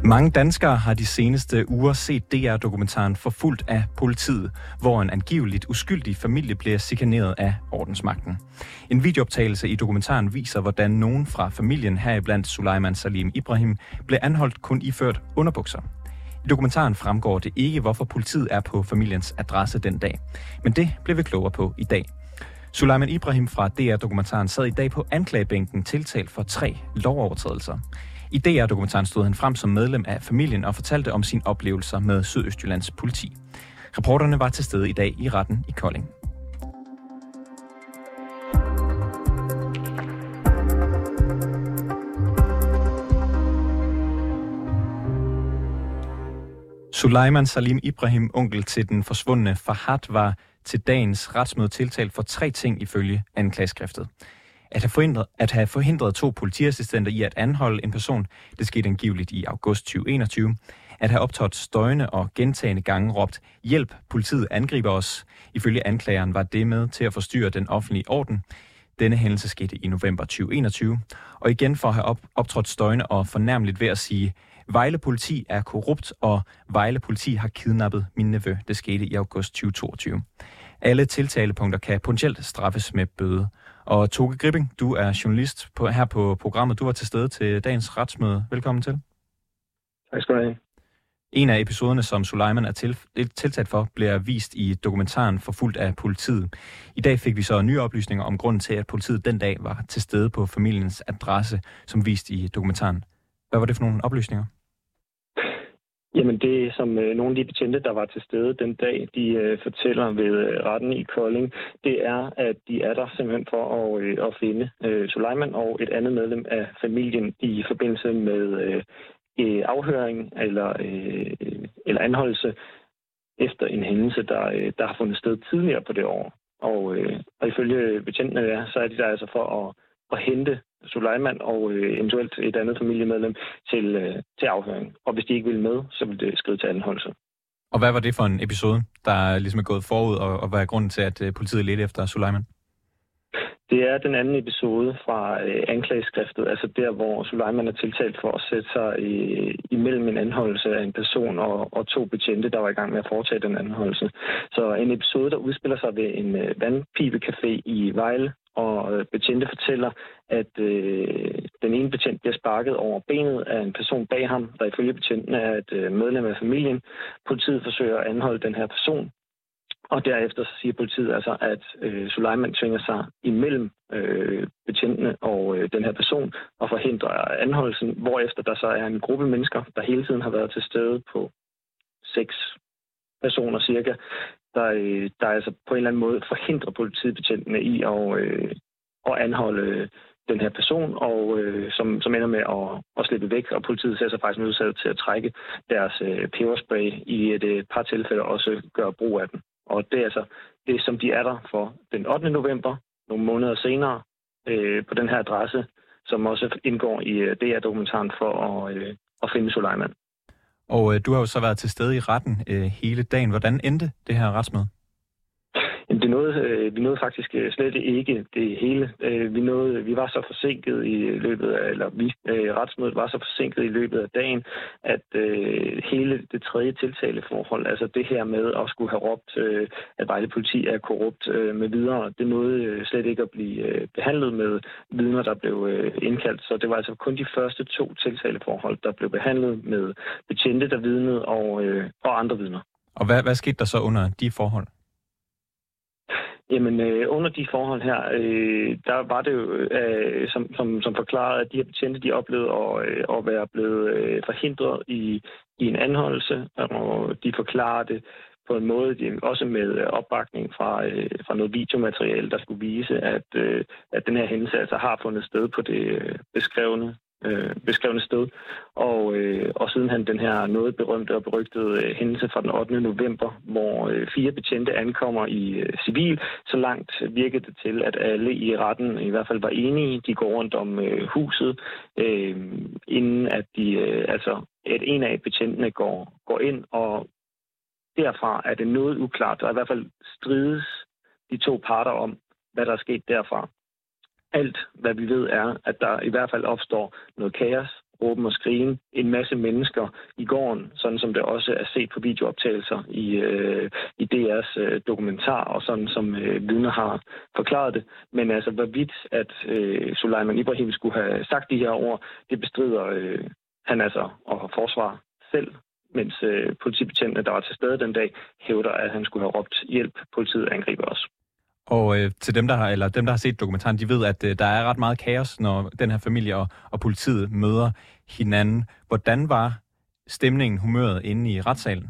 Mange danskere har de seneste uger set DR-dokumentaren Forfulgt af politiet, hvor en angiveligt uskyldig familie bliver chikaneret af ordensmagten. En videooptagelse i dokumentaren viser, hvordan nogen fra familien, heriblandt Sulaiman Salim Ibrahim, blev anholdt kun iført underbukser. I dokumentaren fremgår det ikke, hvorfor politiet er på familiens adresse den dag. Men det bliver vi klogere på i dag. Sulaiman Ibrahim fra DR-dokumentaren sad i dag på anklagebænken tiltalt for 3 lovovertrædelser. I DR-dokumentaren stod han frem som medlem af familien og fortalte om sine oplevelser med Sydøstjyllands politi. Reporterne var til stede i dag i retten i Kolding. Sulaiman Salim Ibrahim, onkel til den forsvundne Fahad, var til dagens retsmøde tiltalt for 3 ting ifølge anklageskriftet. At have forhindret 2 politiassistenter i at anholde en person, det skete angiveligt i august 2021. At have optrådt støjende og gentagne gange råbt, hjælp, politiet angriber os. Ifølge anklageren var det med til at forstyrre den offentlige orden. Denne hændelse skete i november 2021. Og igen for at have optrådt støjende og fornærmeligt ved at sige, Vejle politi er korrupt, og Vejle politi har kidnappet min nevø. Det skete i august 2022. Alle tiltalepunkter kan potentielt straffes med bøde. Og Toge Gripping, du er journalist her på programmet. Du var til stede til dagens retsmøde. Velkommen til. Tak skal du have. En af episoderne, som Sulaiman er tiltalt for, bliver vist i dokumentaren Forfulgt af politiet. I dag fik vi så nye oplysninger om grunden til, at politiet den dag var til stede på familiens adresse, som vist i dokumentaren. Hvad var det for nogle oplysninger? Jamen det, som nogle af de betjente, der var til stede den dag, de fortæller ved retten i Kolding, det er, at de er der simpelthen for at finde Sulaiman og et andet medlem af familien i forbindelse med afhøring eller anholdelse efter en hændelse, der har fundet sted tidligere på det år. Og ifølge betjentene, så er de der altså for at hente Sulaiman og eventuelt et andet familiemedlem til afhøring. Og hvis de ikke vil med, så vil det skride til anholdelse. Og hvad var det for en episode, der ligesom er gået forud, og hvad er grunden til, at politiet ledte efter Sulaiman? Det er den anden episode fra anklageskriftet, altså der, hvor Sulaiman er tiltalt for at sætte sig imellem en anholdelse af en person og 2 betjente, der var i gang med at foretage den anholdelse. Så en episode, der udspiller sig ved en vandpibecafé i Vejle, og betjente fortæller, at den ene betjent bliver sparket over benet af en person bag ham, der ifølge betjenten er et medlem af familien. Politiet forsøger at anholde den her person, og derefter så siger politiet altså, at Sulaiman tvinger sig imellem betjentene og den her person og forhindrer anholdelsen, hvorefter der så er en gruppe mennesker, der hele tiden har været til stede på 6 personer cirka, der altså på en eller anden måde forhindrer politibetjentene i at anholde den her person, og som ender med at slippe væk, og politiet ser sig faktisk nødsaget til at trække deres peberspray i et par tilfælde også gøre brug af den. Og det er altså det, som de er der for den 8. november, nogle måneder senere, på den her adresse, som også indgår i DR-dokumentaren for at finde Sulaiman. Og du har jo så været til stede i retten hele dagen. Hvordan endte det her retsmøde? Vi nåede faktisk slet ikke det hele. Vi var så forsinket i løbet af, retsmødet var så forsinket i løbet af dagen, at hele det tredje tiltaleforhold, altså det her med at skulle have råbt, at Vejle politi er korrupt med videre, det nåede slet ikke at blive behandlet med vidner, der blev indkaldt. Så det var altså kun de første 2 tiltaleforhold, der blev behandlet med betjente, der vidnede og andre vidner. Og hvad skete der så under de forhold? Jamen, under de forhold her, der var det jo, som forklaret, at de her betjente, de oplevede at være blevet forhindret i en anholdelse, og de forklarede det på en måde, også med opbakning fra noget videomateriale, der skulle vise, at den her hændelse altså har fundet sted på det beskrevne sted. Og sidenhen den her noget berømte og berygtede hændelse fra den 8. november, hvor 4 betjente ankommer i civil. Så langt virkede det til, at alle i retten i hvert fald var enige. De går rundt om huset, inden at at en af betjentene går ind, og derfra er det noget uklart. Der er i hvert fald strides de 2 parter om, hvad der er sket derfra. Alt, hvad vi ved, er, at der i hvert fald opstår noget kaos råben og skrigen en masse mennesker i gården, sådan som det også er set på videooptagelser i DR's dokumentar, og sådan som vidner har forklaret det. Men altså, hvorvidt at Sulaiman Ibrahim skulle have sagt de her ord, det bestrider han altså og forsvar selv, mens politibetjentene, der var til stede den dag, hævder, at han skulle have råbt hjælp, politiet angriber os. Og til dem, der har set dokumentaren, de ved, at der er ret meget kaos, når den her familie og politiet møder hinanden. Hvordan var stemningen, humøret inde i retssalen?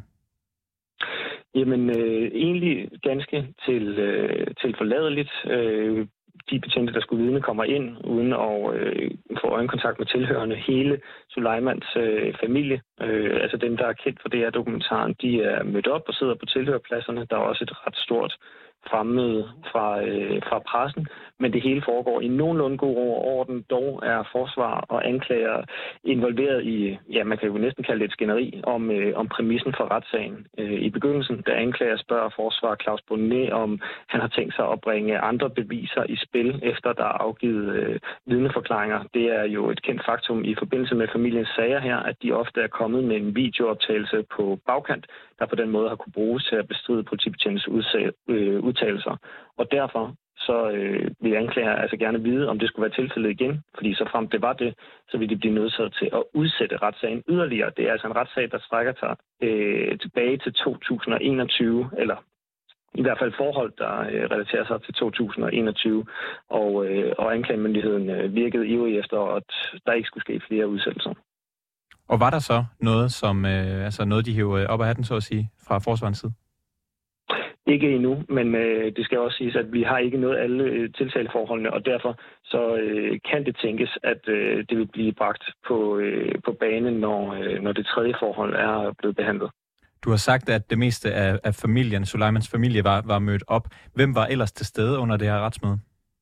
Jamen, egentlig ganske til forladeligt. De betjente, der skulle vidne, kommer ind uden at få øjenkontakt med tilhørende. Hele Sulaimans familie, altså dem, der er kendt for det her dokumentaren, de er mødt op og sidder på tilhørpladserne. Der er også et ret stort fremmøde fra pressen, men det hele foregår i nogenlunde god ro og orden. Dog er forsvar og anklager involveret i, ja, man kan jo næsten kalde det et skænderi om præmissen for retssagen. I begyndelsen, da anklager spørger forsvar Claus Bonnet, om han har tænkt sig at bringe andre beviser i spil, efter der er afgivet vidneforklaringer. Det er jo et kendt faktum i forbindelse med familiens sager her, at de ofte er kommet med en videooptagelse på bagkant, der på den måde har kunne bruges til at bestride politibetjentens udtalelser. Og derfor så vil anklager altså gerne vide, om det skulle være tilfældet igen, fordi så frem det var det, så vil de blive nødsaget til at udsætte retssagen yderligere. Det er altså en retssag, der strækker sig tilbage til 2021, eller i hvert fald forhold, der relaterer sig til 2021, og anklagemyndigheden virkede ivrig efter, at der ikke skulle ske flere udsættelser. Og var der så noget, som noget, de hævde op af hatten, så at sige, fra forsvarens side? Ikke endnu, men det skal også siges, at vi har ikke nået alle tiltaleforholdene, og derfor så kan det tænkes, at det vil blive bragt på banen, når det tredje forhold er blevet behandlet. Du har sagt, at det meste af familien, Sulaimans familie, var mødt op. Hvem var ellers til stede under det her retsmøde?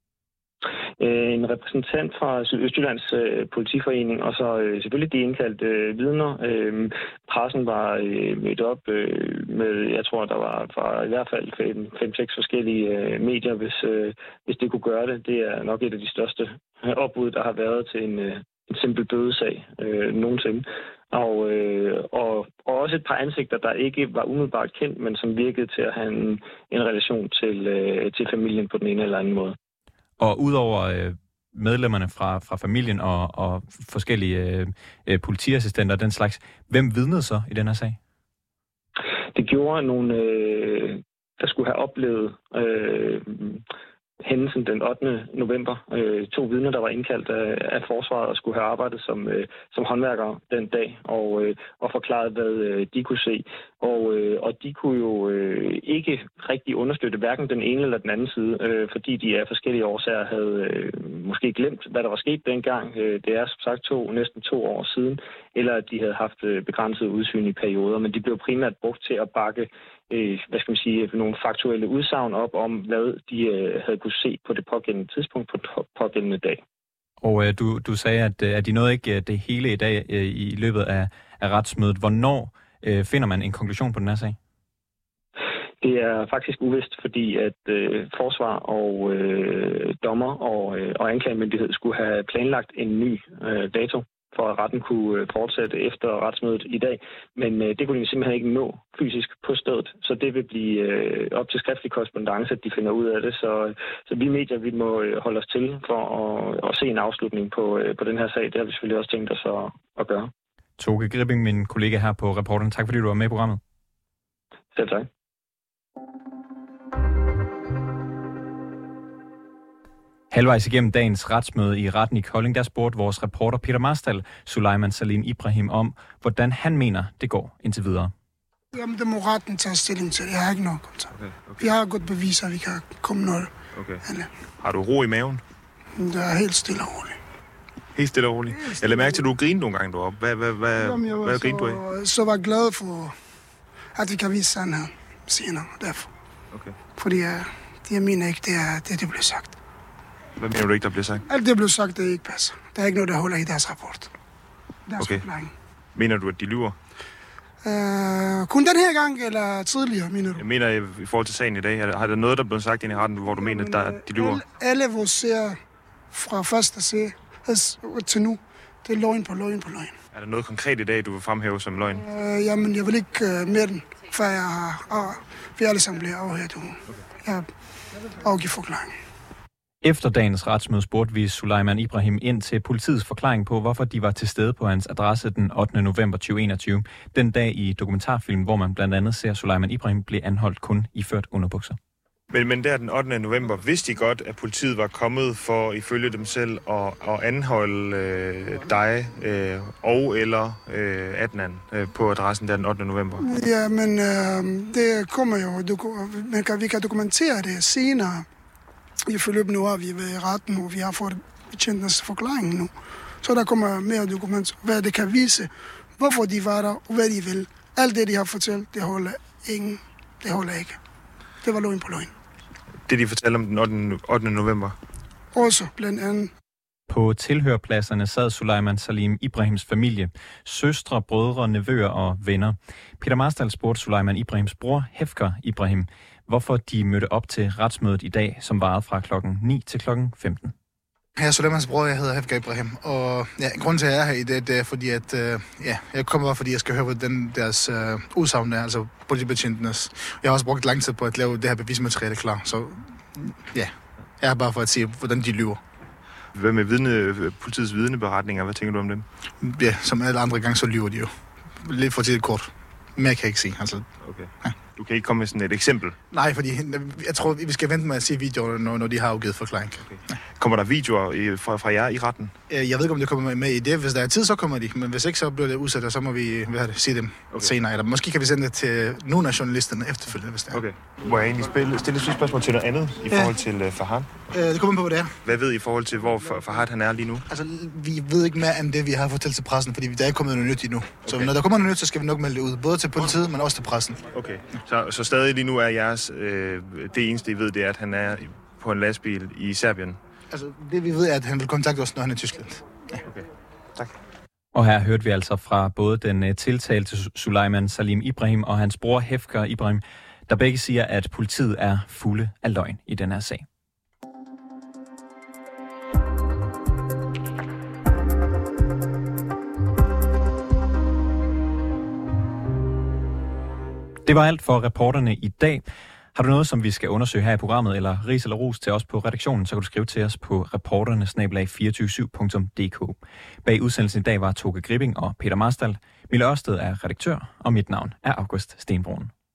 En repræsentant fra Sydøstjyllands politiforening, og så selvfølgelig de indkaldte vidner. Pressen var mødt op med, jeg tror, der var fra i hvert fald 5-6 forskellige medier, hvis det kunne gøre det. Det er nok et af de største opbud, der har været til en simpel bødesag nogensinde. Og også et par ansigter, der ikke var umiddelbart kendt, men som virkede til at have en relation til familien på den ene eller anden måde. Og udover medlemmerne fra familien og forskellige politiassistenter og den slags, hvem vidnede så i den her sag? Det gjorde nogle, der skulle have oplevet hændelsen den 8. november. 2 vidner, der var indkaldt af forsvaret og skulle have arbejdet som håndværkere den dag og forklaret, hvad de kunne se. Og de kunne jo ikke rigtig understøtte hverken den ene eller den anden side, fordi de af forskellige årsager havde måske glemt, hvad der var sket dengang. Det er som sagt næsten 2 år siden, eller at de havde haft begrænset udsyn i perioder, men de blev primært brugt til at bakke nogle faktuelle udsagn op om, hvad de havde kunne se på det pågældende tidspunkt på den pågældende dag. Og du sagde, at de nåede ikke det hele i dag i løbet af retsmødet. Hvornår finder man en konklusion på den her sag? Det er faktisk uvist, fordi at forsvar og dommer og anklagemyndighed skulle have planlagt en ny dato, for at retten kunne fortsætte efter retsmødet i dag. Men det kunne de simpelthen ikke nå fysisk på stedet. Så det vil blive op til skriftlig korrespondance, at de finder ud af det. Så vi medier, vi må holde os til for at se en afslutning på den her sag. Det har vi selvfølgelig også tænkt os at gøre. Toke Gripping, min kollega her på Reporteren. Tak fordi du var med i programmet. Selv tak. Halvvejs igennem dagens retsmøde i retten i Kolding, der spurgte vores reporter Peter Marstal Sulaiman Salim Ibrahim om, hvordan han mener, det går indtil videre. Jamen, det må retten tage stilling til. Jeg har ikke nok kontakt. Okay. Jeg har godt beviser, at vi kan komme noget. Okay. Har du ro i maven? Det er helt stille og roligt. Helt stille og roligt? Jeg lader mærke til, at du griner nogle gange deroppe. Hvad griner du af? Så var glad for, at vi kan vise sandheden senere, derfor. Okay. Fordi jeg mener ikke, det er det blev sagt. Hvad mener du ikke, der bliver sagt? Alt det blev sagt, det ikke passer. Der er ikke noget, der holder i deres rapport. Okay. Mener du, at de lyver? Kun den her gang, eller tidligere, mener du? Jeg mener, i forhold til sagen i dag, har der noget, der er blevet sagt ind i retten, hvor du mener, at de lyver? Alle vores serier fra første serie til nu, Det er løgn på løgn på løgn. Er der noget konkret i dag, du vil fremhæve som løgn? Jamen, jeg vil ikke med den, før vi alle sammen bliver afhørt. Jeg afgiver forklaring. Efter dagens retsmøde spurgte vi Sulaiman Ibrahim ind til politiets forklaring på, hvorfor de var til stede på hans adresse den 8. november 2021. Den dag i dokumentarfilm, hvor man blandt andet ser Sulaiman Ibrahim blive anholdt kun iført underbukser. Men der den 8. november vidste de godt, at politiet var kommet for, ifølge dem selv, at anholde dig og eller Adnan på adressen der den 8. november. Ja, men det kommer jo. Vi kan dokumentere det senere. I forløb nu har vi ved retten, og vi har fået betjentens forklaring nu. Så der kommer mere dokument, hvad det kan vise, hvorfor de var der, og hvad de vil. Alt det, de har fortalt, det holder ikke. Det var løgn på løgn. Det, de fortalte om den 8. november? Også blandt andet. På tilhørpladserne sad Sulaiman Salim Ibrahims familie, søstre, brødre, nevøer og venner. Peter Marstal spurgte Sulaiman Ibrahims bror, Hefker Ibrahim, hvorfor de mødte op til retsmødet i dag, som varede fra klokken 9 til klokken 15. Jeg er Suleimans bror, jeg hedder Hefker Ibrahim, og grunden til, at jeg er her i dag, det er fordi, at jeg kommer bare, fordi jeg skal høre på deres udsagn der, altså politibetjentenes. Jeg har også brugt lang tid på at lave det her bevismateriale klar, så ja, jeg er bare for at se, hvordan de lyver. Hvad med politiets vidneberetninger, hvad tænker du om dem? Ja, som alle andre gange, så lyver de jo. Lidt for tidligt kort. Mere kan jeg ikke se, altså. Okay. Ja. Du kan ikke komme med sådan et eksempel? Nej, fordi jeg tror, vi skal vente med at se videoer, når de har afgivet forklaring. Okay. Ja. Kommer der videoer fra jer i retten? Jeg ved ikke, om det kommer med i det. Hvis der er tid, så kommer de. Men hvis ikke, så bliver det udsat, og så må vi se dem senere. Eller måske kan vi sende det til nogle af journalisterne efterfølgende, hvis det er. Okay. Må jeg egentlig stille et spørgsmål til noget andet i forhold til Farhad? Det kommer på, hvad det er. Hvad ved I forhold til, hvor Farhad han er lige nu? Altså, vi ved ikke mere end det, vi har fortalt til pressen, fordi der er ikke kommet noget nyt endnu. Så når der kommer noget nyt, så skal vi nok melde det ud. Både til politiet, men også til pressen. Okay. Så stadig lige nu er jeres, det eneste, I ved, det er, at han er på en lastbil i Serbien? Altså, det vi ved er, at han vil kontakte os, når han er i Tyskland. Ja. Okay. Tak. Og her hørte vi altså fra både den tiltalte Sulaiman Salim Ibrahim og hans bror Hefker Ibrahim, der begge siger, at politiet er fulde af løgn i den her sag. Det var alt for reporterne i dag. Har du noget, som vi skal undersøge her i programmet, eller ris eller ros til os på redaktionen, så kan du skrive til os på reporterne@247.dk. Bag udsendelsen i dag var Toge Gripping og Peter Marstal. Mille Ørsted er redaktør, og mit navn er August Stenbroen.